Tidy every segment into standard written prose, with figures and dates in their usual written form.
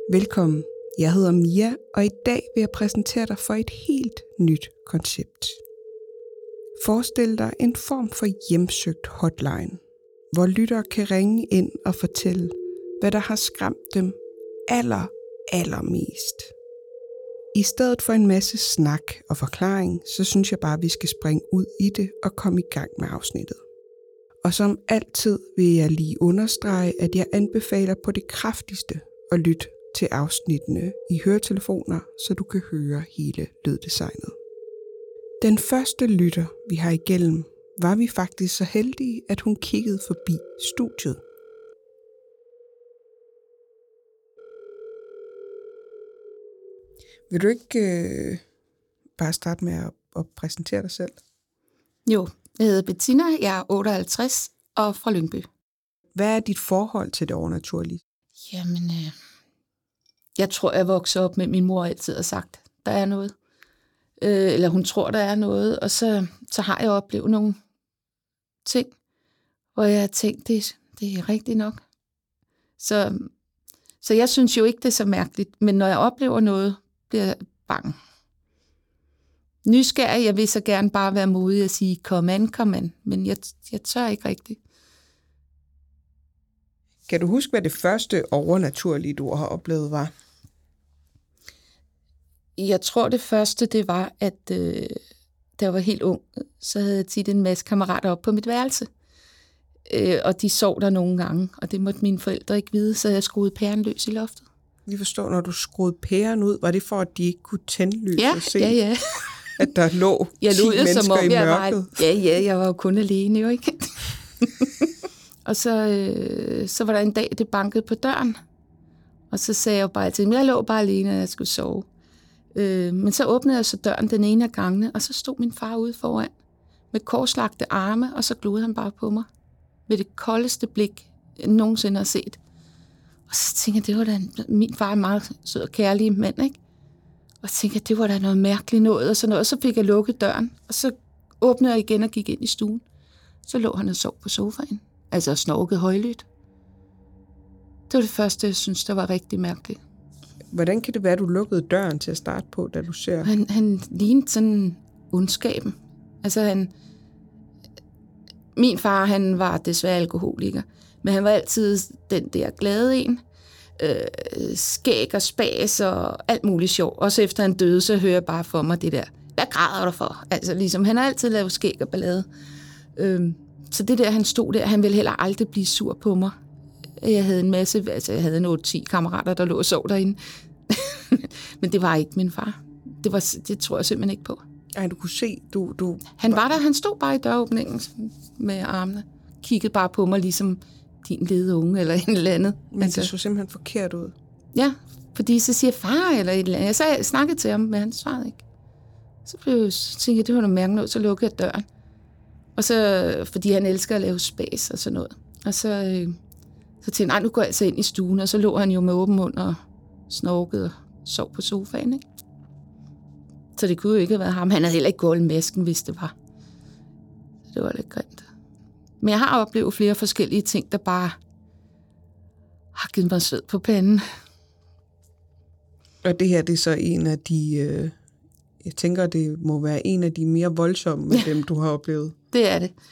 Velkommen. Jeg hedder Mia, og i dag vil jeg præsentere dig for et helt nyt koncept. Forestil dig en form for hjemsøgt hotline, hvor lyttere kan ringe ind og fortælle, hvad der har skræmt dem allermest. I stedet for en masse snak og forklaring, så synes jeg bare, at vi skal springe ud i det og komme i gang med afsnittet. Og som altid vil jeg lige understrege, at jeg anbefaler på det kraftigste at lytte til afsnittene i høretelefoner, så du kan høre hele lyddesignet. Den første lytter, vi har igennem, var vi faktisk så heldige, at hun kiggede forbi studiet. Vil du ikke bare starte med at præsentere dig selv? Jo, jeg hedder Bettina, jeg er 58 og fra Lyngby. Hvad er dit forhold til det overnaturlige? Jamen, jeg tror, jeg voksede op med, min mor altid har sagt, der er noget. Eller hun tror, der er noget, og så har jeg oplevet nogle ting, hvor jeg har tænkt, det er rigtigt nok. Så jeg synes jo ikke, det er så mærkeligt, men når jeg oplever noget, bliver jeg bange. Nysgerrig, jeg vil så gerne bare være modig og sige, kom an, men jeg tør ikke rigtigt. Kan du huske, hvad det første overnaturlige, du har oplevet, var? Jeg tror, det første, det var, at da jeg var helt ung, så havde jeg tit en masse kammerater op på mit værelse. Og de sov der nogle gange, og det måtte mine forældre ikke vide, så jeg skruede pæren løs i loftet. Jeg forstår, når du skruede pæren ud, var det for, at de ikke kunne tænde lys og se, ja. at der lå 10 mennesker som om, i mørket? Jeg var jo kun alene, jo ikke? Og så var der en dag, det bankede på døren, og så sagde jeg jo bare til dem, jeg lå bare alene, og jeg skulle sove. Men så åbnede jeg så døren den ene af gangene, og så stod min far ude foran med korslagte arme, og så glodede han bare på mig med det koldeste blik, jeg nogensinde har set. Og så tænkte jeg, det var da min far er en meget sød og kærlig mand, ikke? Og så tænkte jeg, det var da noget mærkeligt noget, og sådan noget. Og så fik jeg lukket døren, og så åbnede jeg igen og gik ind i stuen. Så lå han og sov på sofaen, altså snorkede højlydt. Det var det første, jeg synes, der var rigtig mærkeligt. Hvordan kan det være, at du lukkede døren til at starte på, da du ser? Han lignede sådan ondskaben. Altså min far, han var desværre alkoholiker, men han var altid den der glade en. Skæg og spas og alt muligt sjov. Også efter han døde, så hører jeg bare for mig det der, hvad græder du for? Altså ligesom, han har altid lavet skæg og ballade. Så det der, han stod der, han ville heller aldrig blive sur på mig. Jeg havde en masse, altså jeg havde en 8-10 kammerater, der lå og sov derinde. Men det var ikke min far. Det tror jeg simpelthen ikke på. Ej, du kunne se, Han var der, han stod bare i døråbningen med armene. Kiggede bare på mig, ligesom din lede unge eller en eller andet. Men det så simpelthen forkert ud. Ja, fordi så siger far eller et eller andet. Jeg snakkede til ham, men han svarede ikke. Så tænkte jeg, det var noget mærkeligt noget, så lukkede jeg døren. Og så, fordi han elsker at lave spas og sådan noget. Og så tænkte jeg, nej, nu går jeg altså ind i stuen, og så lå han jo med åben mund og snorkede og sov på sofaen, ikke? Så det kunne jo ikke have været ham. Han havde heller ikke gået i masken, hvis det var. Det var lidt grimt. Men jeg har oplevet flere forskellige ting, der bare har givet mig sved på panden. Og det her, det er så en af de, jeg tænker, det må være en af de mere voldsomme af dem, du har oplevet. Det er det.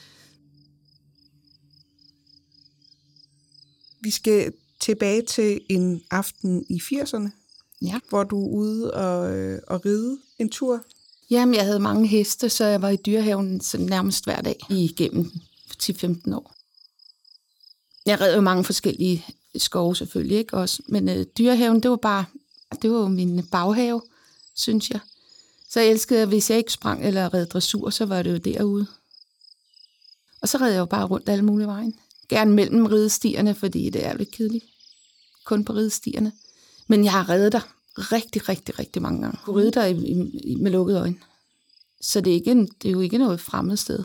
Vi skal tilbage til en aften i 80'erne, ja. Hvor du er ude og ride en tur. Jamen, jeg havde mange heste, så jeg var i dyrehaven nærmest hver dag igennem 10-15 år. Jeg red jo mange forskellige skove selvfølgelig, ikke også? Men dyrehaven, det var jo min baghave, synes jeg. Så jeg elskede, at hvis jeg ikke sprang eller red dressur, så var det jo derude. Og så red jeg jo bare rundt alle mulige vejen. Gerne mellem ridestierne, fordi det er lidt kedeligt. Kun på ridestierne. Men jeg har reddet der rigtig mange gange. Jeg kunne ride der med lukkede øjne. Så det er jo ikke noget fremmed sted.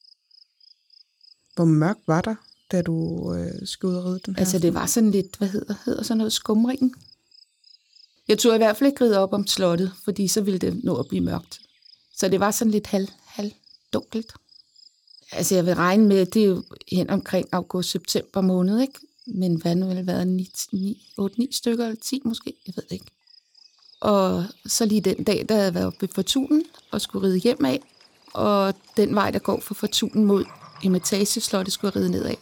Hvor mørkt var der, da du skulle ud og ride den her? Altså det var sådan lidt, hvad hedder sådan noget, skumringen. Jeg turde i hvert fald ikke ride op om slottet, fordi så ville det nå at blive mørkt. Så det var sådan lidt halvdunkelt. Altså jeg vil regne med, at det er jo hen omkring august-september måned, ikke? Men hvad nu ville være 8-9 stykker, eller 10 måske, jeg ved det ikke. Og så lige den dag, der havde været oppe ved Fortunen og skulle ride hjem af, og den vej, der går fra Fortunen mod Imitageslottet, skulle jeg ride nedad.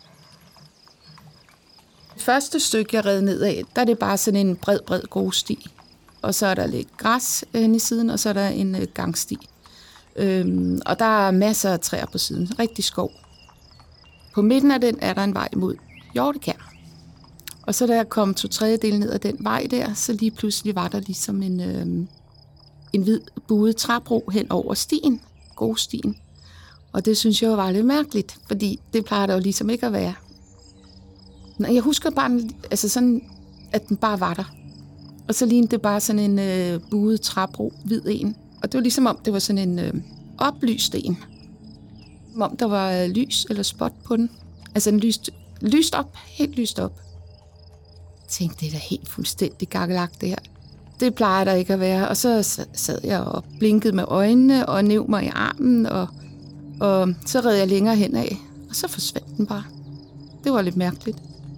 Det første stykke, jeg red nedad, der er det bare sådan en bred grussti. Og så er der lidt græs inde i siden, og så er der en gangsti. Og der er masser af træer på siden. Rigtig skov. På midten af den er der en vej mod Hjortekær. Og så da jeg kom 2/3 ned ad den vej der, så lige pludselig var der ligesom en hvid buet træbro hen over stien. Grusstien. Og det synes jeg var lidt mærkeligt, fordi det plejer der jo ligesom ikke at være. Jeg husker bare, altså sådan, at den bare var der. Og så lignede det bare sådan en buet træbro, hvid en. Og det var ligesom om, det var sådan en oplyst en. Som om der var lys eller spot på den. Altså en lyst op, helt lyst op. Jeg tænkte, det er da helt fuldstændig gakkelagt det her. Det plejer der ikke at være. Og så sad jeg og blinkede med øjnene og næv mig i armen. Og så red jeg længere henad. Og så forsvandt den bare. Det var lidt mærkeligt.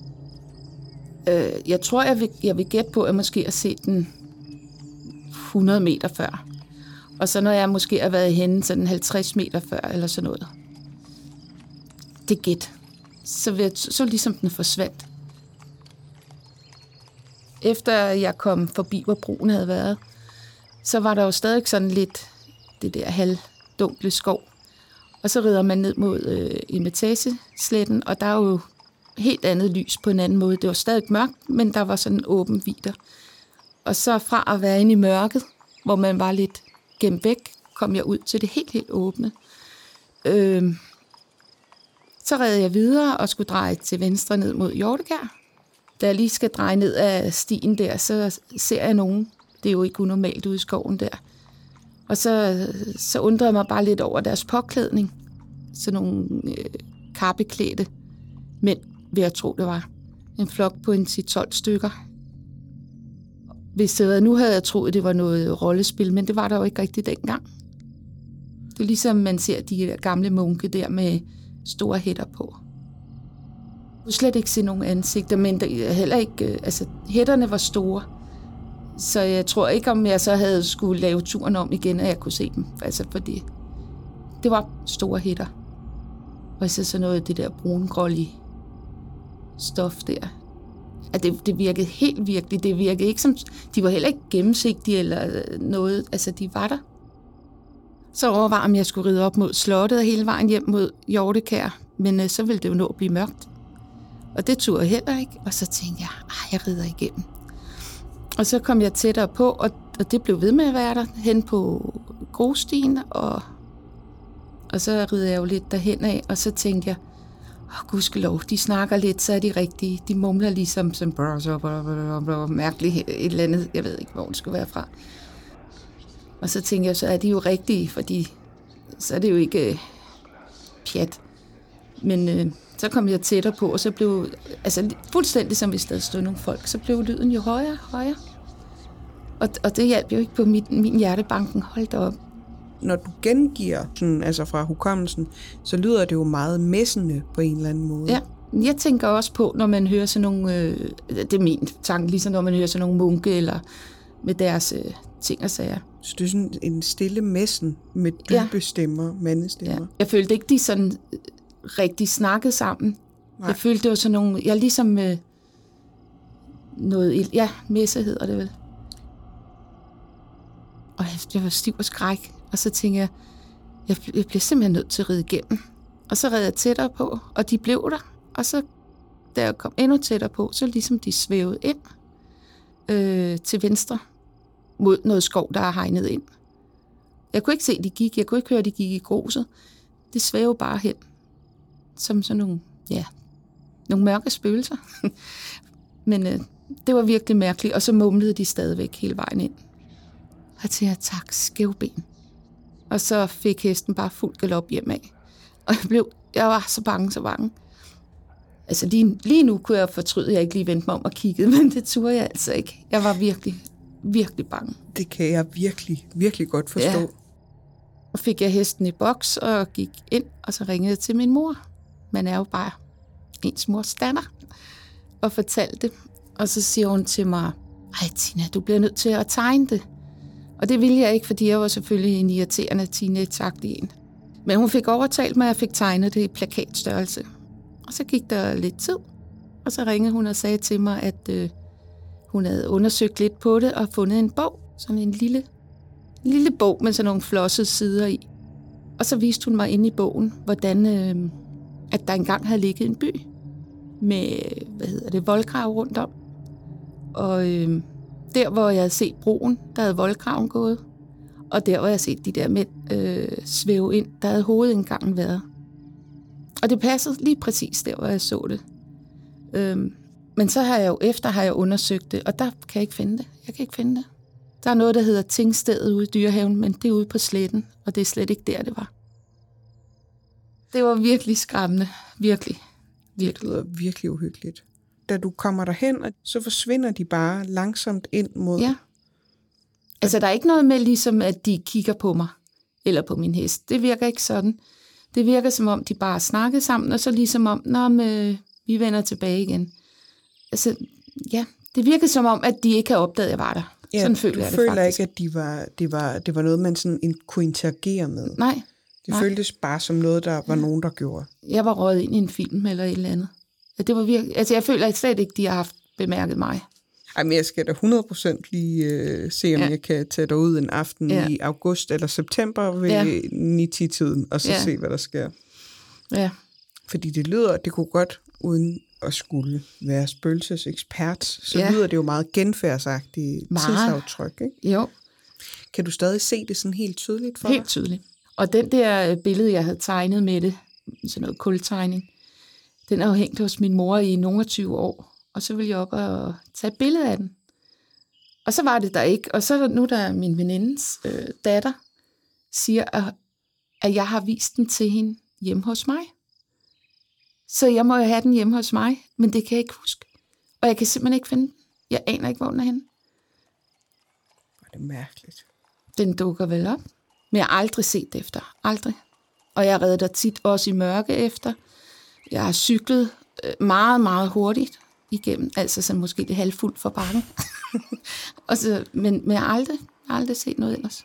Jeg tror, jeg vil gætte på, at måske har set den 100 meter før. Og så når jeg måske har været henne sådan 50 meter før, eller sådan noget. Det gæt. Så ligesom den forsvandt. Efter jeg kom forbi, hvor broen havde været, så var der jo stadig sådan lidt det der halvdunkle skov. Og så rider man ned mod Imitagesletten, og der er jo helt andet lys på en anden måde. Det var stadig mørkt, men der var sådan åben vidder. Og så fra at være inde i mørket, hvor man var lidt gemt væk, kom jeg ud til det helt åbne. Så red jeg videre og skulle dreje til venstre ned mod Hjortekær. Da jeg lige skal dreje ned ad stien der, så ser jeg nogen. Det er jo ikke unormalt ude i skoven der. Og så undrede jeg mig bare lidt over deres påklædning. Sådan nogle kappeklædte mænd, vil jeg tro, det var. En flok på en 10-12 stykker. Hvis det var, nu havde jeg troet, det var noget rollespil, men det var der jo ikke rigtigt dengang. Det er ligesom man ser de der gamle munke der med store hætter på. Jeg kunne slet ikke se nogen ansigter, men der, heller ikke, altså hætterne var store. Så jeg tror ikke, om jeg så havde skulle lave turen om igen, at jeg kunne se dem. Altså fordi det var store hætter. Og så sådan noget det der brungrålige stof der. At det virkede helt virkelig. Det virkede ikke som... De var heller ikke gennemsigtige eller noget. Altså, de var der. Så overvejede om jeg skulle ride op mod slottet og hele vejen hjem mod Hjortekær. Men så ville det jo nå at blive mørkt. Og det turde jeg heller ikke. Og så tænkte jeg rider igennem. Og så kom jeg tættere på, og det blev ved med at være der. Hen på grusstien, og så rider jeg jo lidt derhen af. Og så tænkte jeg, gudskelov, de snakker lidt, så er de rigtige. De mumler ligesom sådan mærkeligt et eller andet. Jeg ved ikke, hvor det skulle være fra. Og så tænkte jeg, så er de jo rigtige, fordi så er det jo ikke pjat. Men så kom jeg tættere på, og så blev, altså fuldstændig som hvis der stod nogle folk, så blev lyden jo højere. Og det hjalp jo ikke på min hjertebanken. Hold da op. Når du gengiver sådan, altså fra hukommelsen, så lyder det jo meget messende på en eller anden måde. Ja, jeg tænker også på, når man hører sådan nogle, det er min tanke, ligesom når man hører sådan nogle munke, eller med deres ting og sager. Så det er sådan en stille messen med dybe stemmer, mandestemmer. Ja. Jeg følte ikke, de sådan rigtig snakkede sammen. Nej. Jeg følte, det var sådan nogle, jeg ligesom noget, messe hedder det vel. Og jeg var stiv og skræk. Og så tænkte jeg bliver simpelthen nødt til at ride igennem. Og så red jeg tættere på, og de blev der. Og så, da jeg kom endnu tættere på, så ligesom de svævede ind til venstre mod noget skov, der er hegnet ind. Jeg kunne ikke se, de gik. Jeg kunne ikke høre, de gik i gruset. Det svævede bare hen. Som sådan nogle mørke spøgelser. Men det var virkelig mærkeligt. Og så mumlede de stadigvæk hele vejen ind. Og til at tak, skævben. Og så fik hesten bare fuld galop hjemad. Og jeg var så bange. Altså lige nu kunne jeg fortryde, at jeg ikke lige vendte mig om og kiggede, men det turde jeg altså ikke. Jeg var virkelig, virkelig bange. Det kan jeg virkelig, virkelig godt forstå. Ja. Og fik jeg hesten i boks og gik ind, og så ringede jeg til min mor. Man er jo bare ens mors datter. og fortalte det. Og så siger hun til mig, ej Tina, du bliver nødt til at tegne det. Og det ville jeg ikke, fordi jeg var selvfølgelig en irriterende teenage-agtig en. Men hun fik overtalt mig, at jeg fik tegnet det i plakatstørrelse. Og så gik der lidt tid, og så ringede hun og sagde til mig, at hun havde undersøgt lidt på det og fundet en bog. Sådan en lille bog med sådan nogle flossede sider i. Og så viste hun mig inde i bogen, hvordan at der engang havde ligget en by med, voldgrav rundt om. Og der, hvor jeg havde set broen, der havde voldgraven gået. Og der, hvor jeg havde set de der mænd svæve ind, der havde hovedindgangen været. Og det passede lige præcis der, hvor jeg så det. Men så har jeg undersøgt det, og der kan jeg ikke finde det. Jeg kan ikke finde det. Der er noget, der hedder Tingstedet ude i Dyrehaven, men det er ude på sletten, og det er slet ikke der, det var. Det var virkelig skræmmende. Virkelig. Det lyder virkelig uhyggeligt. Da du kommer derhen, så forsvinder de bare langsomt ind mod... Ja. Altså, der er ikke noget med, ligesom at de kigger på mig, eller på min hest. Det virker ikke sådan. Det virker, som om de bare snakkede sammen, og så ligesom om, vi vender tilbage igen. Altså, ja, det virker som om, at de ikke har opdaget, at jeg var der. Ja, sådan føler jeg det faktisk. Ikke, at det var noget, man sådan kunne interagere med. Nej. Det føltes bare som noget, der var nogen, der gjorde. Jeg var røget ind i en film eller et eller andet. Ja, det var virkelig, altså, jeg føler slet ikke, de har haft bemærket mig. Ej, men jeg skal da 100% lige se, om jeg kan tage dig ud en aften i august eller september ved 9-10-tiden, og så se, hvad der sker. Ja. Fordi det kunne godt, uden at skulle være spøgelsesekspert, så lyder det jo meget genfærdsagtigt tidsaftryk, ikke? Jo. Kan du stadig se det sådan helt tydeligt for dig? Helt tydeligt. Og den der billede, jeg havde tegnet med det, sådan noget kultegning, den er jo hængt hos min mor i nogle 20 år. Og så ville jeg op og tage et billede af den. Og så var det der ikke. Og så nu der min venindes datter siger, at jeg har vist den til hende hjemme hos mig. Så jeg må jo have den hjemme hos mig, men det kan jeg ikke huske. Og jeg kan simpelthen ikke finde den. Jeg aner ikke, hvor den er henne. Hvor er det mærkeligt. Den dukker vel op. Men jeg har aldrig set det efter. Aldrig. Og jeg redder tit også i mørke efter. Jeg har cyklet meget, meget hurtigt igennem, altså så måske det halvfuldt for bakken. men jeg har aldrig set noget ellers.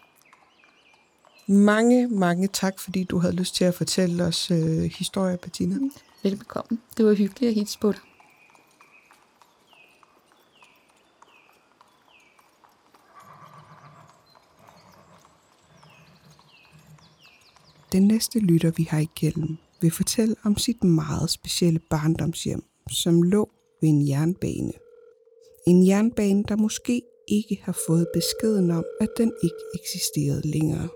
Mange, mange tak, fordi du havde lyst til at fortælle os historier, Bettina. Velbekomme. Det var hyggeligt at hilse på dig. Den næste lytter, vi har igennem, vil fortælle om sit meget specielle barndomshjem, som lå ved en jernbane. En jernbane, der måske ikke har fået beskeden om, at den ikke eksisterede længere.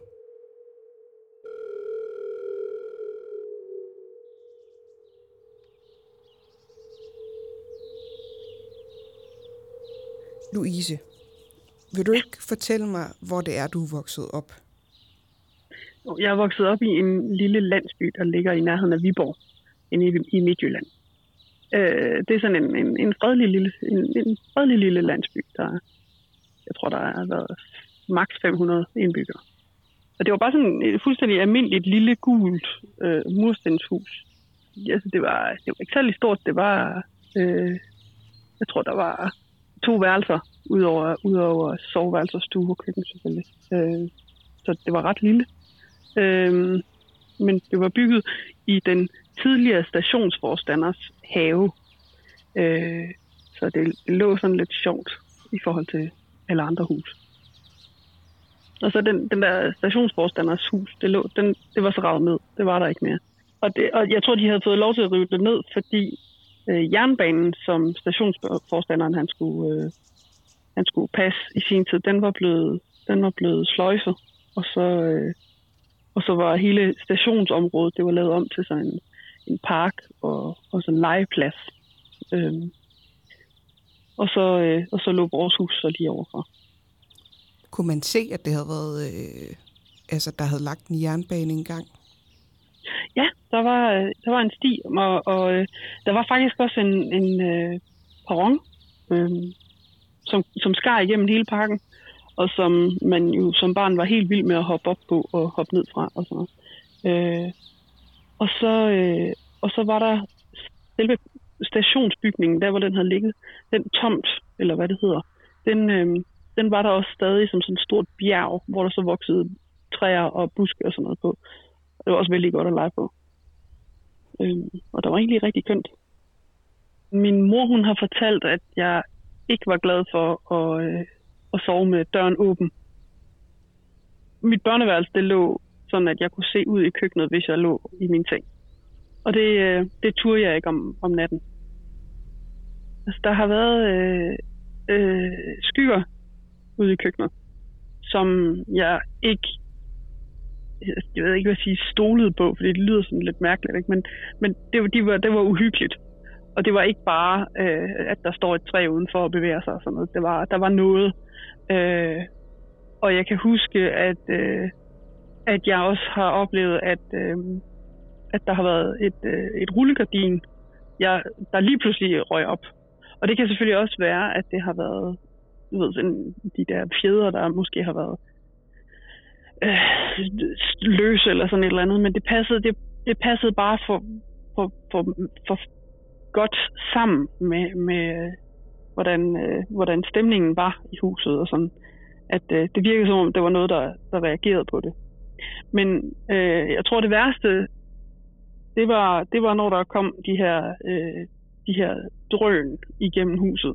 Louise, vil du ikke fortælle mig, hvor det er, du er vokset op? Jeg er vokset op i en lille landsby, der ligger i nærheden af Viborg, inde i Midtjylland. Det er sådan en fredelig lille landsby, jeg tror, der har været maks 500 indbyggere. Og det var bare sådan et fuldstændig almindeligt lille gult murstenshus. Altså, det var ikke særlig stort. Det var, jeg tror, der var 2 værelser, udover soveværelser, stue og køkken selvfølgelig. Så det var ret lille. Men det var bygget i den tidligere stationsforstanders have. Så det lå sådan lidt sjovt i forhold til alle andre hus. Og så den der stationsforstanders hus, det var så ravet ned. Det var der ikke mere. Og jeg tror, de havde fået lov til at rive det ned, fordi jernbanen, som stationsforstanderen han skulle passe i sin tid, den var blevet sløjset. Og så var hele stationsområdet, det var lavet om til sådan en park og sådan en legeplads. Og så lå vores hus så lige overfor. Kunne man se, at det havde været, der havde lagt en jernbane engang? Ja, der var en sti, og der var faktisk også en perron, som skar igennem hele parken, og som man jo som barn var helt vild med at hoppe op på og hoppe ned fra og sådan noget. Og så var der selve stationsbygningen, der hvor den havde ligget, den tomt, eller hvad det hedder, den var der også stadig som sådan et stort bjerg, hvor der så voksede træer og buske og sådan noget på. Og det var også vældig godt at lege på. Og der var egentlig rigtig kønt. Min mor, hun har fortalt, at jeg ikke var glad for at sove med døren åben. Mit børneværelse, det lå sådan, at jeg kunne se ud i køkkenet, hvis jeg lå i min seng. Og det turde jeg ikke om natten. Altså, der har været skygger ude i køkkenet, som jeg ikke, jeg ved ikke, hvad jeg siger, stolede på, fordi det lyder sådan lidt mærkeligt, ikke? Men det var uhyggeligt. Og det var ikke bare, at der står et træ udenfor og bevæger sig og sådan noget. Der var noget. Og jeg kan huske, at jeg også har oplevet, at der har været et rullegardin, der lige pludselig røg op. Og det kan selvfølgelig også være, at det har været sådan, de der fjeder, der måske har været løse eller sådan et eller andet. Men det passede bare for godt sammen med hvordan stemningen var i huset og sådan, at det virkede som om det var noget der reagerede på det. Men jeg tror det værste det var når der kom de her drøn igennem huset.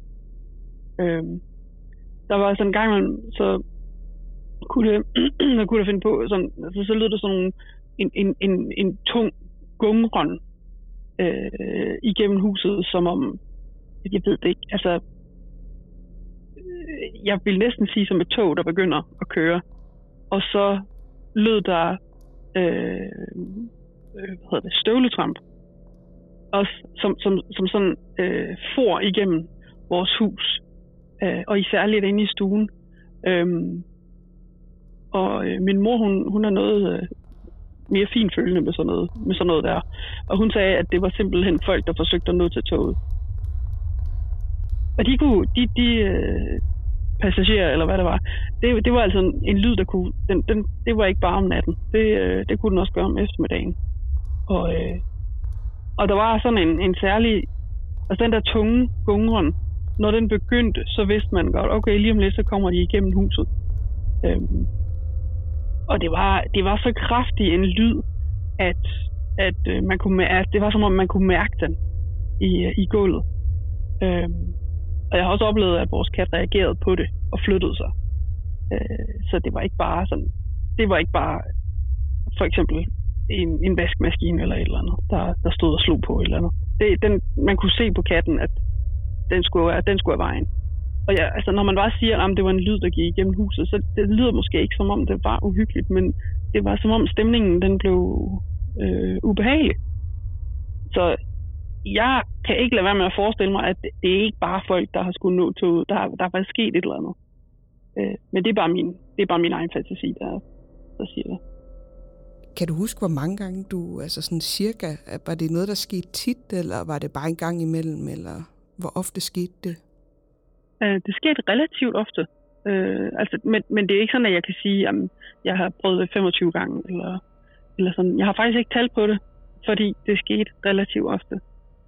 Der var sådan en gang så kunne jeg finde på sådan, altså, så lød der sådan en tung gungren igennem huset, som om, jeg ved det ikke, altså jeg vil næsten sige som et tog, der begynder at køre. Og så lød der støvletramp, også som sådan for igennem vores hus, og især lidt inde i stuen. Og min mor, hun er noget mere finfølende med sådan noget der. Og hun sagde, at det var simpelthen folk, der forsøgte at nå til toget. Og de passagerer, eller hvad det var, det var altså en lyd, der kunne, det var ikke bare om natten. Det kunne den også gøre om eftermiddagen. Og der var sådan en særlig, altså den der tunge gungren, når den begyndte, så vidste man godt, okay, lige om lidt, så kommer de igennem huset. Og det var så kraftig en lyd, at man kunne, at det var som om man kunne mærke den i gulvet. Og jeg har også oplevet, at vores kat reagerede på det og flyttede sig. Så det var ikke bare sådan, det var ikke bare for eksempel en vaskemaskine eller et eller andet, der stod og slog på et eller andet. Man kunne se på katten, at den skulle af vejen. Og ja, altså når man bare siger, at det var en lyd, der gik igennem huset, så det lyder måske ikke som om det var uhyggeligt, men det var som om stemningen den blev ubehagelig. Så jeg kan ikke lade være med at forestille mig, at det er ikke bare folk, der har skulle nå toget. Der er faktisk sket et eller andet. Men det er bare min egen fantasi, der siger det. Kan du huske, hvor mange gange du, altså sådan cirka, var det noget, der skete tit, eller var det bare en gang imellem, eller hvor ofte skete det? Det skete relativt ofte. Men det er ikke sådan, at jeg kan sige, at jeg har prøvet det 25 gange, eller sådan. Jeg har faktisk ikke talt på det, fordi det skete relativt ofte.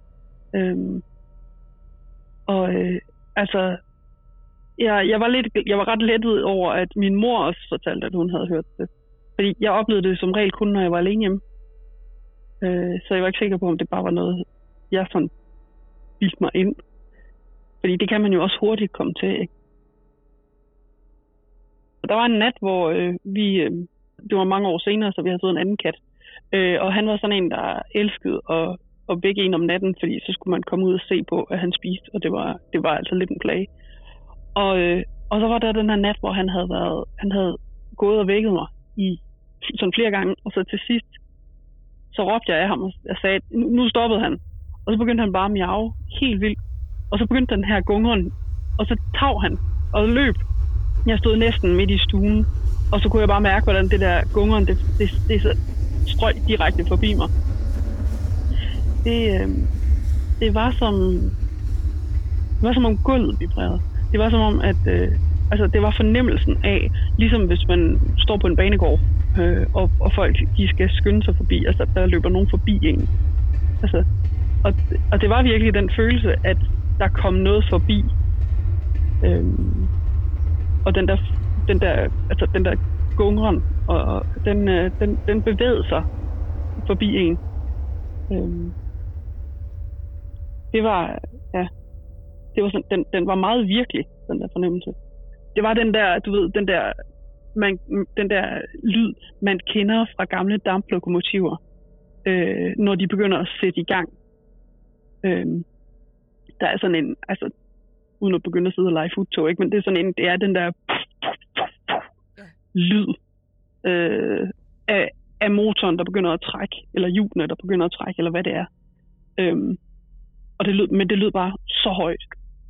Jeg var ret lettet over, at min mor også fortalte, at hun havde hørt det. Fordi jeg oplevede det som regel kun, når jeg var alene hjemme. Så jeg var ikke sikker på, om det bare var noget, jeg sådan bildte mig ind. Fordi det kan man jo også hurtigt komme til, ikke? Og der var en nat, hvor det var mange år senere, så vi havde fået en anden kat. Og han var sådan en, der elskede at vække en om natten, fordi så skulle man komme ud og se på, at han spiste. Og det var altså lidt en plage. Og så var der den her nat, hvor han havde gået og vækket mig i sådan flere gange. Og så til sidst, så råbte jeg af ham og sagde, nu stoppede han. Og så begyndte han bare at miave helt vildt. Og så begyndte den her gungren, og så tav han og løb. Jeg stod næsten midt i stuen, og så kunne jeg bare mærke, hvordan det der gungren, det så strøg direkte forbi mig. Det var som om gulvet vibrerede. Det var som om, at det var fornemmelsen af, ligesom hvis man står på en banegård, og folk de skal skynde sig forbi, altså der løber nogen forbi en. Altså, Og det var virkelig den følelse, at der kom noget forbi. Og den der gungren, og den bevægede sig forbi en. Det var sådan, den var meget virkelig, den der fornemmelse. Det var den der, du ved, den der lyd, man kender fra gamle damplokomotiver, når de begynder at sætte i gang. Der er sådan en, altså, uden at begynde at sidde og lege futtog, ikke? Men det er sådan en, det er den der lyd af motoren, der begynder at trække, eller hjulene, der begynder at trække, eller hvad det er. Og det lød bare så højt.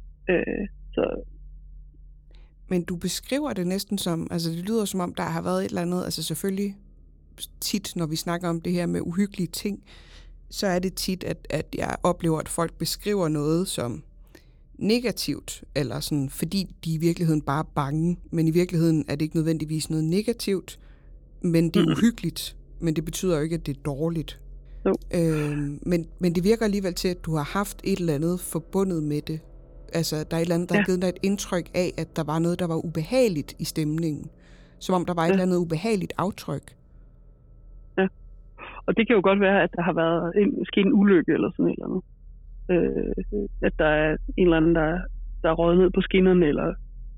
Men du beskriver det næsten som, altså det lyder som om, der har været et eller andet, altså selvfølgelig tit, når vi snakker om det her med uhyggelige ting, så er det tit, at jeg oplever, at folk beskriver noget som negativt, eller sådan, fordi de i virkeligheden bare er bange, men i virkeligheden er det ikke nødvendigvis noget negativt, men det er uhyggeligt, men det betyder jo ikke, at det er dårligt. No. Men det virker alligevel til, at du har haft et eller andet forbundet med det. Altså, der er et eller andet, der har givet dig et indtryk af, at der var noget, der var ubehageligt i stemningen. Som om der var et eller andet ubehageligt aftryk. Ja, og det kan jo godt være, at der har været sket en ulykke eller sådan et eller andet. At der er en eller anden, der er røget ned på skinnerne, eller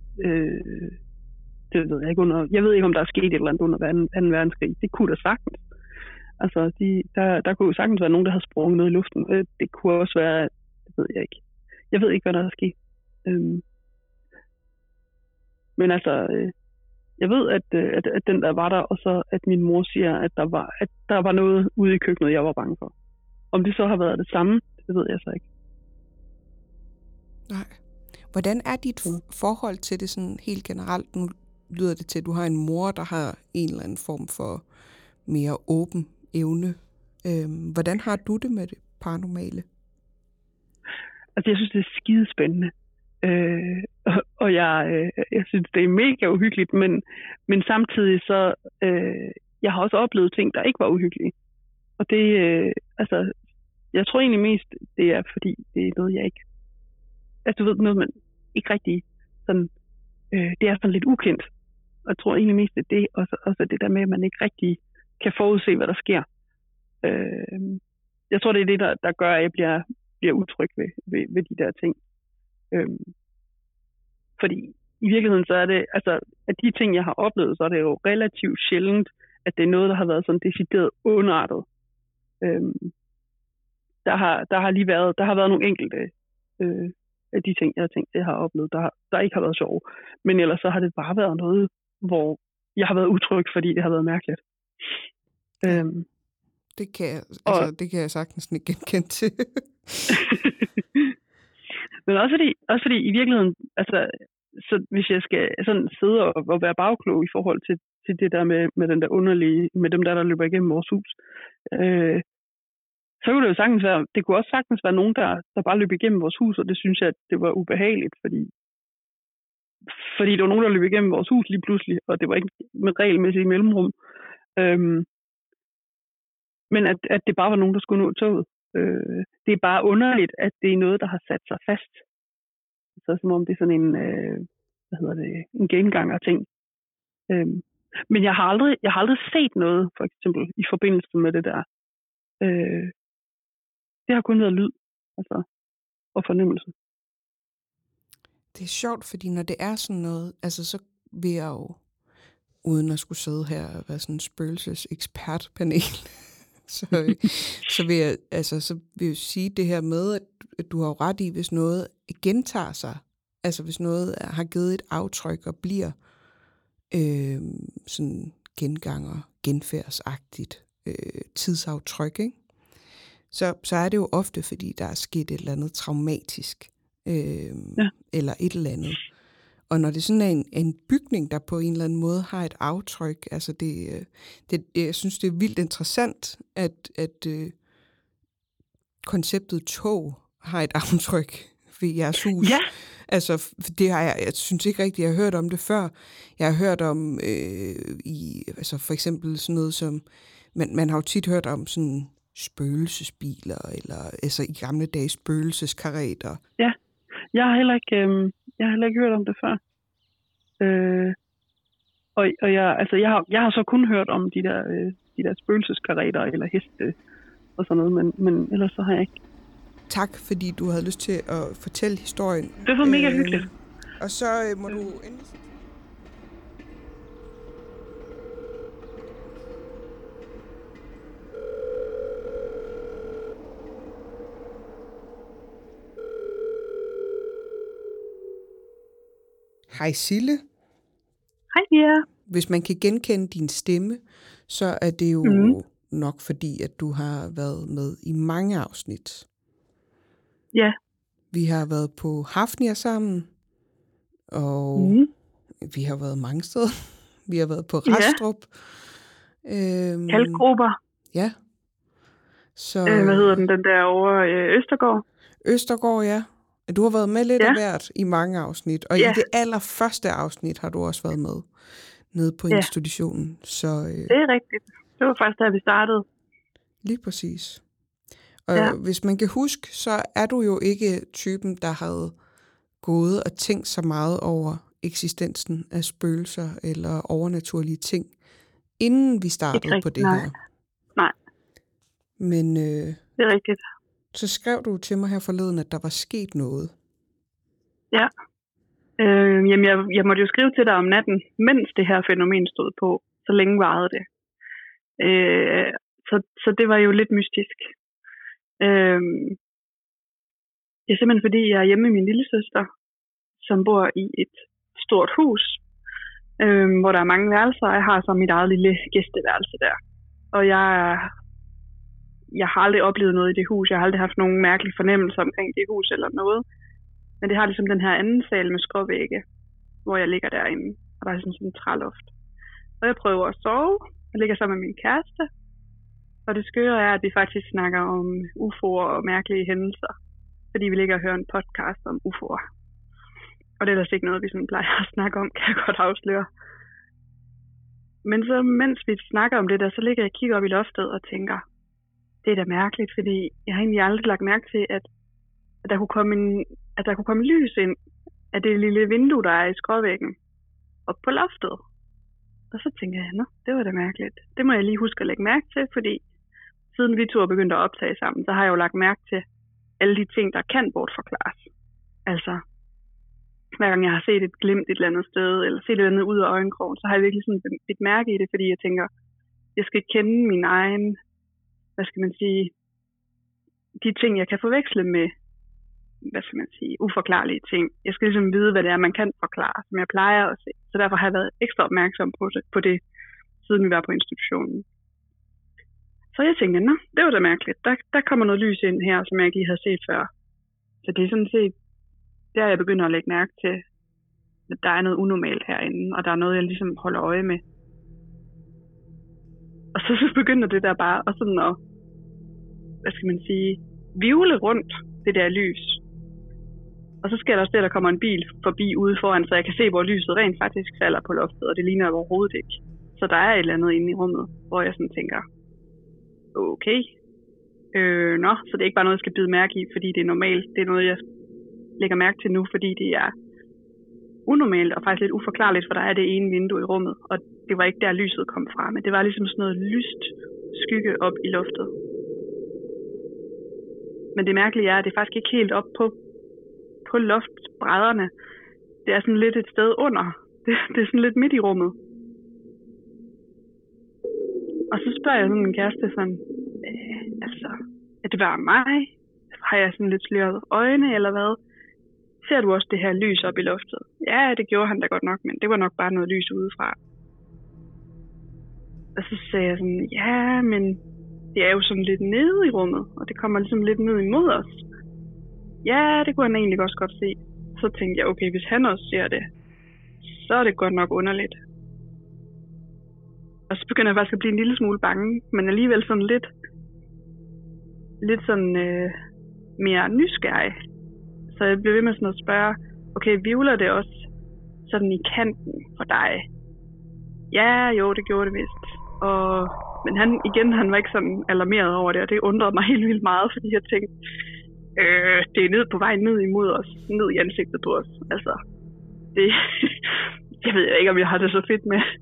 det ved jeg ikke. Jeg ved ikke, om der er sket et eller andet under 2. verdenskrig. Det kunne der sagtens. Altså, der kunne jo sagtens være nogen, der havde sprunget ned i luften. Det kunne også være, det ved jeg ikke. Jeg ved ikke, hvad der er sket. Men altså, jeg ved, at den der var der, og så at min mor siger, at der var noget ude i køkkenet, jeg var bange for. Om det så har været det samme, det ved jeg så ikke. Nej. Hvordan er dit forhold til det sådan helt generelt? Nu lyder det til, at du har en mor, der har en eller anden form for mere åben evne. Hvordan har du det med det paranormale? Altså, jeg synes, det er skidespændende. Og jeg synes, det er mega uhyggeligt, men samtidig så, jeg har også oplevet ting, der ikke var uhyggelige. Og det, altså, jeg tror egentlig mest, det er, fordi det er noget, jeg ikke, altså, du ved, noget, man ikke rigtig, sådan, det er sådan lidt ukendt. Og jeg tror egentlig mest, det er det, også det der med, at man ikke rigtig kan forudse, hvad der sker. Jeg tror, det er det, der gør, at jeg bliver utryg ved de der ting. Fordi i virkeligheden så er det, altså, at de ting, jeg har oplevet, så er det jo relativt sjældent, at det er noget, der har været sådan decideret ondartet. Der har været nogle enkelte af de ting, jeg har oplevet, der ikke har været sjove. Men ellers så har det bare været noget, hvor jeg har været utryg, fordi det har været mærkeligt. Det kan jeg sagtens ikke genkende til. Men også fordi i virkeligheden, altså, så hvis jeg skal sådan sidde og være bagklog i forhold til det der med den der underlige, med dem der løber igennem vores hus, så kunne det jo sagtens være, det kunne også sagtens være nogen, der bare løb igennem vores hus, og det synes jeg, at det var ubehageligt, fordi det var nogen, der løb igennem vores hus lige pludselig, og det var ikke med regelmæssigt mellemrum. Men at det bare var nogen, der skulle nå toget. Det er bare underligt, at det er noget, der har sat sig fast. Så som om det er sådan en, en genganger-ting. Men jeg har aldrig set noget, for eksempel, i forbindelse med det der. Det har kun været lyd, altså, og fornemmelse. Det er sjovt, fordi når det er sådan noget, altså så vil jeg jo, uden at skulle sidde her og være sådan en spøgelsesekspertpanel, så vil jeg sige det her med, at du har jo ret i, hvis noget gentager sig, altså hvis noget har givet et aftryk og bliver sådan genganger, genfærdsagtigt tidsaftryk, ikke? Så er det jo ofte, fordi der er sket et eller andet traumatisk, eller et eller andet. Og når det sådan er en bygning, der på en eller anden måde har et aftryk, altså jeg synes, det er vildt interessant, at konceptet tog har et aftryk ved jeres hus. Ja. Altså, det har jeg synes ikke rigtigt, jeg har hørt om det før. Jeg har hørt om, altså for eksempel sådan noget som, man har jo tit hørt om sådan spøgelsesbiler, eller altså i gamle dage spøgelseskareter. Ja, jeg har heller ikke hørt om det før. Og jeg har så kun hørt om de der spøgelseskareter eller heste og sådan noget, men ellers så har jeg ikke. Tak, fordi du havde lyst til at fortælle historien. Det var mega hyggeligt. Og så må du endelig... Hej Sille. Hej Pia. Hvis man kan genkende din stemme, så er det jo nok fordi, at du har været med i mange afsnit. Ja. Vi har været på Hafnia sammen, og vi har været mange steder. Vi har været på Rastrup. Kalkgrupper. Ja. Så, hvad hedder den der over Østergaard? Østergaard, ja. Du har været med lidt af hvert i mange afsnit, og i det allerførste afsnit har du også været med nede på institutionen. Så, det er rigtigt. Det var faktisk der, vi startede. Lige præcis. Og hvis man kan huske, så er du jo ikke typen, der havde gået og tænkt så meget over eksistensen af spøgelser eller overnaturlige ting, inden vi startede på det her. Nej. Men det er rigtigt. Så skrev du til mig her forleden, at der var sket noget. Ja. Jamen, jeg måtte jo skrive til dig om natten, mens det her fænomen stod på. Så længe varede det. Så det var jo lidt mystisk. Det er simpelthen fordi, jeg er hjemme med min lillesøster, som bor i et stort hus, hvor der er mange værelser, og jeg har så mit eget lille gæsteværelse der. Og jeg har aldrig oplevet noget i det hus. Jeg har aldrig haft nogen mærkelige fornemmelser omkring det hus eller noget. Men det har ligesom den her anden sal med skråvægge, hvor jeg ligger derinde, og der er sådan en træloft. Og jeg prøver at sove. Jeg ligger sammen med min kæreste. Og det skøre er, at vi faktisk snakker om UFO'er og mærkelige hændelser. Fordi vi ligger og hører en podcast om UFO'er. Og det er ellers ikke noget, vi sådan plejer at snakke om, kan jeg godt afsløre. Men så mens vi snakker om det der, så ligger jeg og kigger op i loftet og tænker, det er da mærkeligt, fordi jeg har egentlig aldrig lagt mærke til, at der kunne komme lys ind af det lille vindue, der er i skråvæggen, op på loftet. Og så tænker jeg, det var da mærkeligt. Det må jeg lige huske at lægge mærke til, fordi siden vi to er begyndt at optage sammen, så har jeg jo lagt mærke til alle de ting, der kan bortforklares. Altså, hver gang jeg har set et glimt et eller andet sted, eller set et eller andet ud af øjenkrogen, så har jeg virkelig sådan et mærke i det, fordi jeg tænker, jeg skal kende min egen, hvad skal man sige, de ting, jeg kan forveksle med, hvad skal man sige, uforklarlige ting. Jeg skal ligesom vide, hvad det er, man kan forklare, som jeg plejer at se. Så derfor har jeg været ekstra opmærksom på det, siden vi var på institutionen. Så jeg tænkte, det var da mærkeligt. Der kommer noget lys ind her, som jeg ikke lige havde set før. Så det er sådan set, der jeg begynder at lægge mærke til, at der er noget unormalt herinde, og der er noget, jeg ligesom holder øje med. Og så begynder det der bare at sådan at, hvad skal man sige, hvirvle rundt det der lys. Og så sker der også det, der kommer en bil forbi ude foran, så jeg kan se, hvor lyset rent faktisk falder på loftet, og det ligner overhovedet ikke. Så der er et eller andet inde i rummet, hvor jeg sådan tænker, okay, så det er ikke bare noget, jeg skal bide mærke i, fordi det er normalt. Det er noget, jeg lægger mærke til nu, fordi det er unormalt og faktisk lidt uforklarligt, for der er det ene vindue i rummet, og det var ikke der lyset kom fra, men det var ligesom sådan noget lyst skygge op i loftet. Men det mærkelige er, at det er faktisk ikke helt op på loftbrædderne. Det er sådan lidt et sted under. Det er sådan lidt midt i rummet. Og så spørger jeg min kæreste sådan, er det bare mig? Har jeg sådan lidt sløret øjne, eller hvad? Ser du også det her lys op i loftet? Ja, det gjorde han da godt nok, men det var nok bare noget lys udefra. Og så sagde jeg sådan, ja, men det er jo sådan lidt nede i rummet, og det kommer ligesom lidt ned imod os. Ja, det kunne han egentlig også godt se. Så tænkte jeg, okay, hvis han også ser det, så er det godt nok underligt. Og så begynder jeg faktisk at blive en lille smule bange, men alligevel sådan lidt sådan mere nysgerrig. Så jeg blev ved med sådan at spørge, okay, hvirvler det også sådan i kanten for dig? Ja, jo, det gjorde det vist. Og Men han var ikke sådan alarmeret over det, og det undrede mig helt vildt meget, fordi jeg tænkte, det er ned på vej ned imod os, ned i ansigtet på os. Altså, det, jeg ved ikke, om jeg har det så fedt med.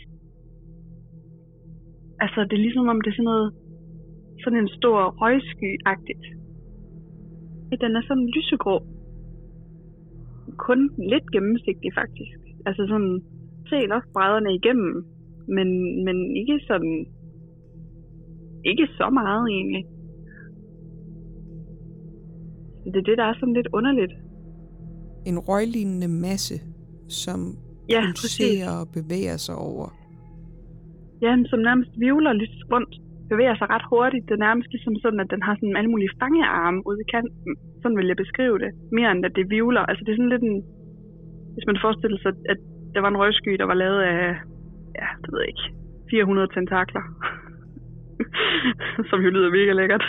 Altså, det er ligesom om det er sådan en stor røgsky-agtigt. Den er sådan lysegrå. Kun lidt gennemsigtig, faktisk. Altså sådan, se også brædderne igennem, men ikke sådan, ikke så meget egentlig. Det er det, der er sådan lidt underligt. En røglignende masse, som pulserer og bevæger sig over. Ja, som nærmest vivler lidt rundt. Bevæger sig ret hurtigt. Det er nærmest ligesom sådan, at den har sådan alle mulige fangearme ude i kanten. Sådan vil jeg beskrive det. Mere end at det vivler. Altså det er sådan lidt en... Hvis man forestiller sig, at der var en røgsky, der var lavet af... Ja, det ved jeg ikke. 400 tentakler. Som jo lyder mega lækkert.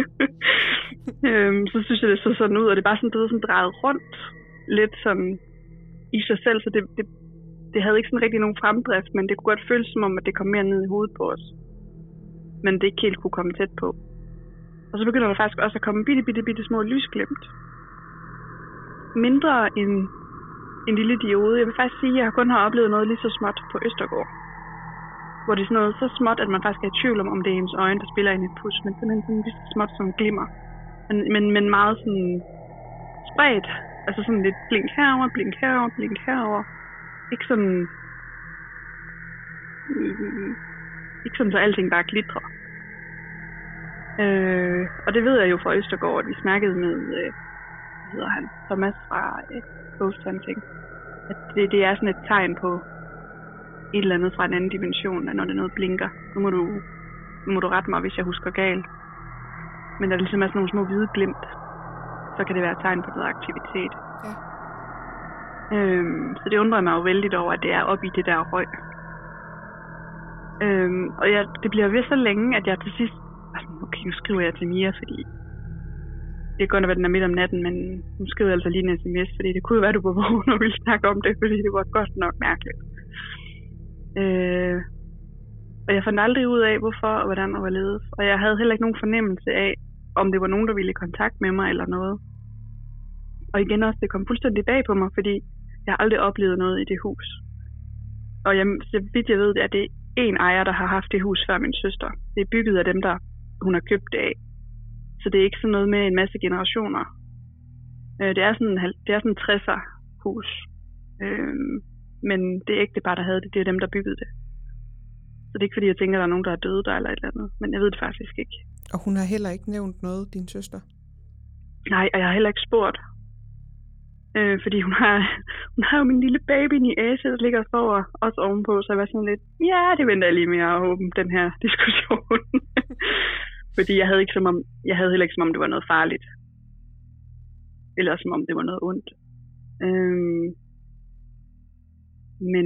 Så synes jeg, det så sådan ud. Og det er bare sådan drejet rundt. Lidt sådan i sig selv. Så det havde ikke sådan rigtig nogen fremdrift. Men det kunne godt føles som om, at det kom mere ned i hovedet på os. Men det ikke helt kunne komme tæt på. Og så begynder der faktisk også at komme bitte små lysglimt. Mindre end en lille diode. Jeg vil faktisk sige, at jeg kun har oplevet noget lige så småt på Østergaard. Hvor det er sådan noget så småt, at man faktisk er i tvivl om det er ens øjne, der spiller ind i et pus. Men simpelthen sådan lige så småt som glimmer. Men meget sådan spredt. Altså sådan lidt blink herover, blink herover, blink herover. Ikke sådan... Ikke sådan, så alting bare glitrer. Og det ved jeg jo fra Østergaard, at vi snakkede med, hvad hedder han, Thomas fra Ghost Hunting. At det er sådan et tegn på et eller andet fra en anden dimension, at når det noget blinker. Nu må du rette mig, hvis jeg husker galt. Men når det ligesom er sådan nogle små hvide glimt, så kan det være et tegn på noget aktivitet. Ja. Så det undrer mig jo vældig over, at det er oppe i det der røg. Og det bliver ved så længe, at jeg til sidst... Okay, nu skriver jeg til Mia, fordi... Det kan godt være, den er midt om natten, men nu skriver jeg altså lige en sms, fordi det kunne jo være, du var vågen og ville snakke om det, fordi det var godt nok mærkeligt. Og jeg fandt aldrig ud af, hvorfor og hvordan og hvorledes. Og jeg havde heller ikke nogen fornemmelse af, om det var nogen, der ville i kontakt med mig eller noget. Og igen også, det kom fuldstændig bag på mig, fordi jeg har aldrig oplevet noget i det hus. Og så vidt jeg ved, at det er en ejer, der har haft det hus før min søster. Det er bygget af dem, der hun har købt det af. Så det er ikke sådan noget med en masse generationer. Det er sådan en 60'er hus. Men det ægtepar, der havde det, det er dem, der byggede det. Så det er ikke fordi, jeg tænker, at der er nogen, der er døde der eller et eller andet. Men jeg ved det faktisk ikke. Og hun har heller ikke nævnt noget, din søster? Nej, og jeg har heller ikke spurgt. Fordi hun har jo min lille baby i Asia, der ligger og sover også ovenpå, så jeg var sådan lidt, ja, det venter jeg lige med at åbne den her diskussion. Fordi jeg havde heller ikke som om det var noget farligt. Eller som om det var noget ondt. Men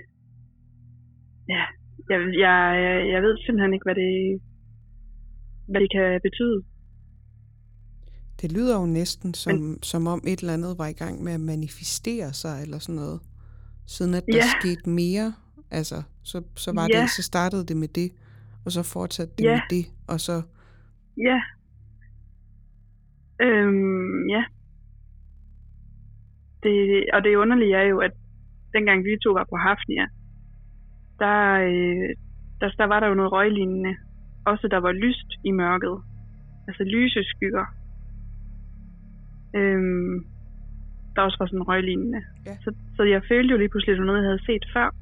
ja, jeg ved simpelthen ikke, hvad det kan betyde. Det lyder jo næsten som om et eller andet var i gang med at manifestere sig, eller sådan noget. Siden at der skete mere, altså, så var det, så startede det med det, og så fortsatte det med det, og så... Ja. Ja. Og det underlige er jo, at dengang vi to var på Hafnia, der var der jo noget røglignende. Også der var lyst i mørket. Altså lyseskygger. Der også var sådan røglignende. Ja. Så jeg følte jo lige pludselig, at det var noget, jeg havde set før.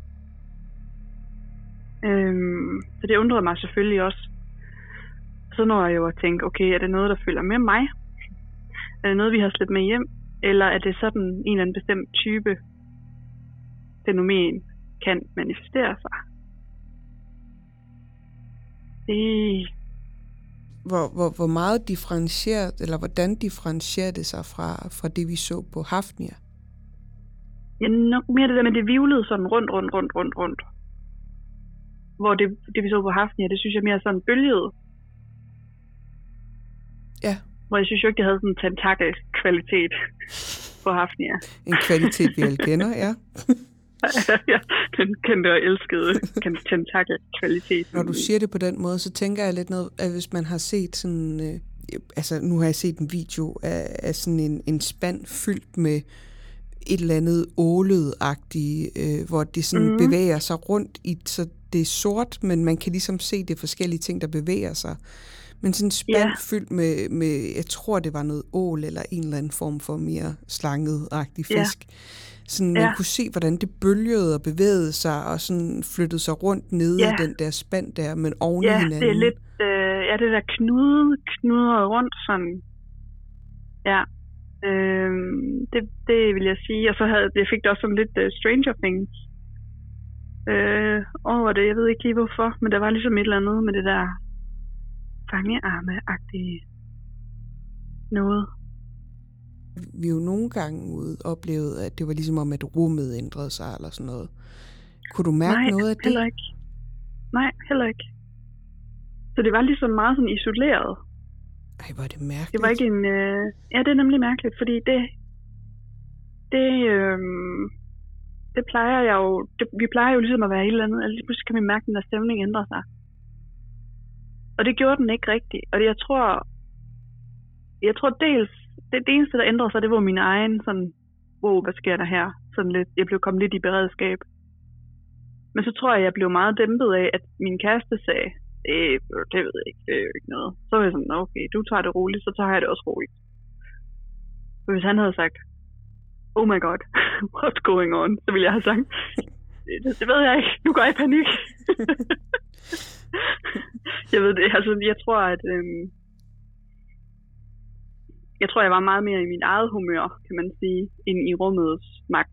Så det undrede mig selvfølgelig også. Så når jeg jo at tænke, okay, er det noget, der følger med mig? Er det noget, vi har slæbt med hjem? Eller er det sådan en eller anden bestemt type fænomen kan manifestere sig? Hvor meget differentieret, eller hvordan differentierer det sig fra det, vi så på Hafnia? Ja, nok mere det der med, det vivlede sådan rundt. Hvor det vi så på Hafnia, det synes jeg mere sådan bølgede. Ja. Hvor jeg synes jo ikke, det havde sådan en tentakelkvalitet på Hafnia. En kvalitet, vi alle kender, ja. Den kendte og elskede tentakelkvalitet. Når du siger det på den måde, så tænker jeg lidt noget, at hvis man har set sådan... nu har jeg set en video af sådan en spand fyldt med et eller andet ålet-agtigt, hvor det sådan bevæger sig rundt i, så det er sort, men man kan ligesom se det forskellige ting, der bevæger sig. Men sådan en spand fyldt med, jeg tror det var noget ål, eller en eller anden form for mere slanget-agtig fisk. Sådan, man kunne se, hvordan det bølgede og bevægede sig, og sådan flyttede sig rundt nede i den der spand der, men oven i hinanden. Det er lidt, det der knuder rundt sådan. Ja. Det vil jeg sige. Og så jeg fik det også sådan lidt Stranger Things over det. Jeg ved ikke lige hvorfor, men der var ligesom et eller andet med det der fangearme-agtige noget. Vi jo nogle gange oplevede, at det var ligesom om, at rummet ændrede sig eller sådan noget. Kunne du mærke noget af det? Heller ikke. Nej, heller ikke. Så det var ligesom meget sådan isoleret. Ej, hvor er det mærkeligt. Det var ikke en... Ja, det er nemlig mærkeligt, fordi det plejer jeg jo... Vi plejer jo ligesom at være et eller andet, altså pludselig kan vi mærke, at den der stemning ændrer sig. Og det gjorde den ikke rigtigt. Og jeg tror dels... Det eneste, der ændrede sig, det var min egen sådan... Wow, hvad sker der her? Sådan lidt, jeg blev kommet lidt i beredskab. Men så tror jeg blev meget dæmpet af, at min kæreste sagde, det ved jeg ikke, det er jo ikke noget. Så var jeg sådan, okay, du tager det roligt, så tager jeg det også roligt. Så hvis han havde sagt, oh my god, what's going on? Så ville jeg have sagt, det ved jeg ikke, nu går jeg i panik. Jeg ved det, altså jeg tror, at jeg var meget mere i min eget humør, kan man sige, end i rummets magt.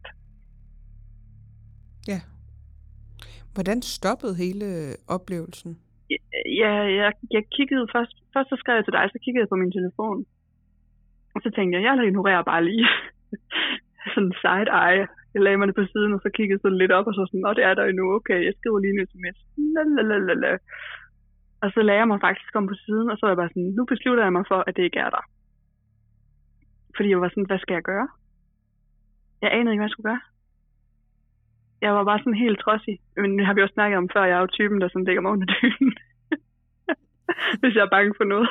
Ja. Hvordan stoppede hele oplevelsen? Ja, jeg kiggede først så skrev jeg til dig, så kiggede jeg på min telefon. Og så tænkte jeg ignorerer bare lige sådan side-eye. Jeg lagde mig det på siden, og så kiggede sådan lidt op, og så sådan, det er der jo nu, okay, jeg skriver lige en sms. Lalalala. Og så lagde jeg mig faktisk om på siden, og så var jeg bare sådan, nu beslutter jeg mig for, at det ikke er der. Fordi jeg var sådan, hvad skal jeg gøre? Jeg anede ikke, hvad jeg skulle gøre. Jeg var bare sådan helt trodsig. Men det har vi også snakket om før. Jeg er jo typen, der sådan dækker mig under dynen. Hvis jeg er bange for noget.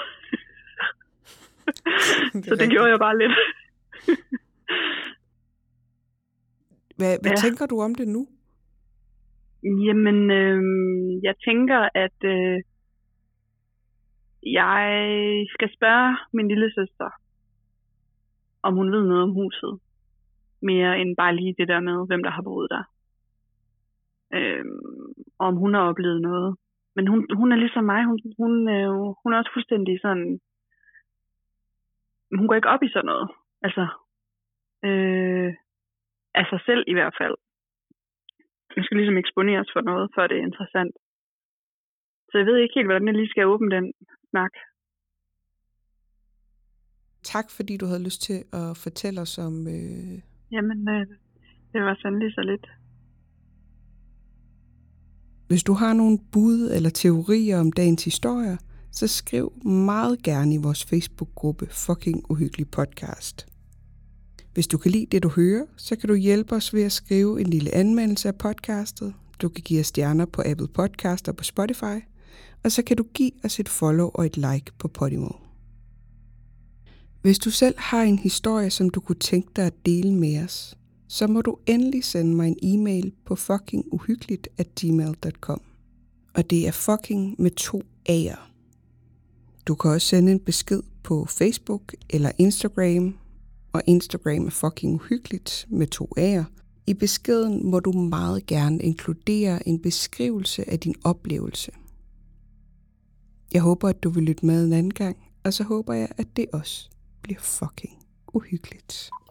Så det gjorde jeg bare lidt. Hvad tænker du om det nu? Jamen, jeg tænker, at jeg skal spørge min lille søster, om hun ved noget om huset. Mere end bare lige det der med, hvem der har boet der. Om hun har oplevet noget. Men hun er ligesom mig. Hun er også fuldstændig sådan... Hun går ikke op i sådan noget. Altså... af sig selv i hvert fald. Man skal ligesom eksponeres for noget, før det er interessant. Så jeg ved ikke helt, hvordan jeg lige skal åbne den snak. Tak, fordi du havde lyst til at fortælle os om... Jamen, det var sandelig så lidt. Hvis du har nogle bud eller teorier om dagens historier, så skriv meget gerne i vores Facebook-gruppe Fucking Uhyggelig Podcast. Hvis du kan lide det, du hører, så kan du hjælpe os ved at skrive en lille anmeldelse af podcastet. Du kan give os stjerner på Apple Podcast og på Spotify, og så kan du give os et follow og et like på Podimo. Hvis du selv har en historie, som du kunne tænke dig at dele med os, så må du endelig sende mig en e-mail på fuckinguhyggeligt@gmail.com. Og det er fucking med 2 A'er. Du kan også sende en besked på Facebook eller Instagram, og Instagram er fucking uhyggeligt med 2 A'er. I beskeden må du meget gerne inkludere en beskrivelse af din oplevelse. Jeg håber, at du vil lytte med en anden gang, og så håber jeg, at det også bliver fucking uhyggeligt.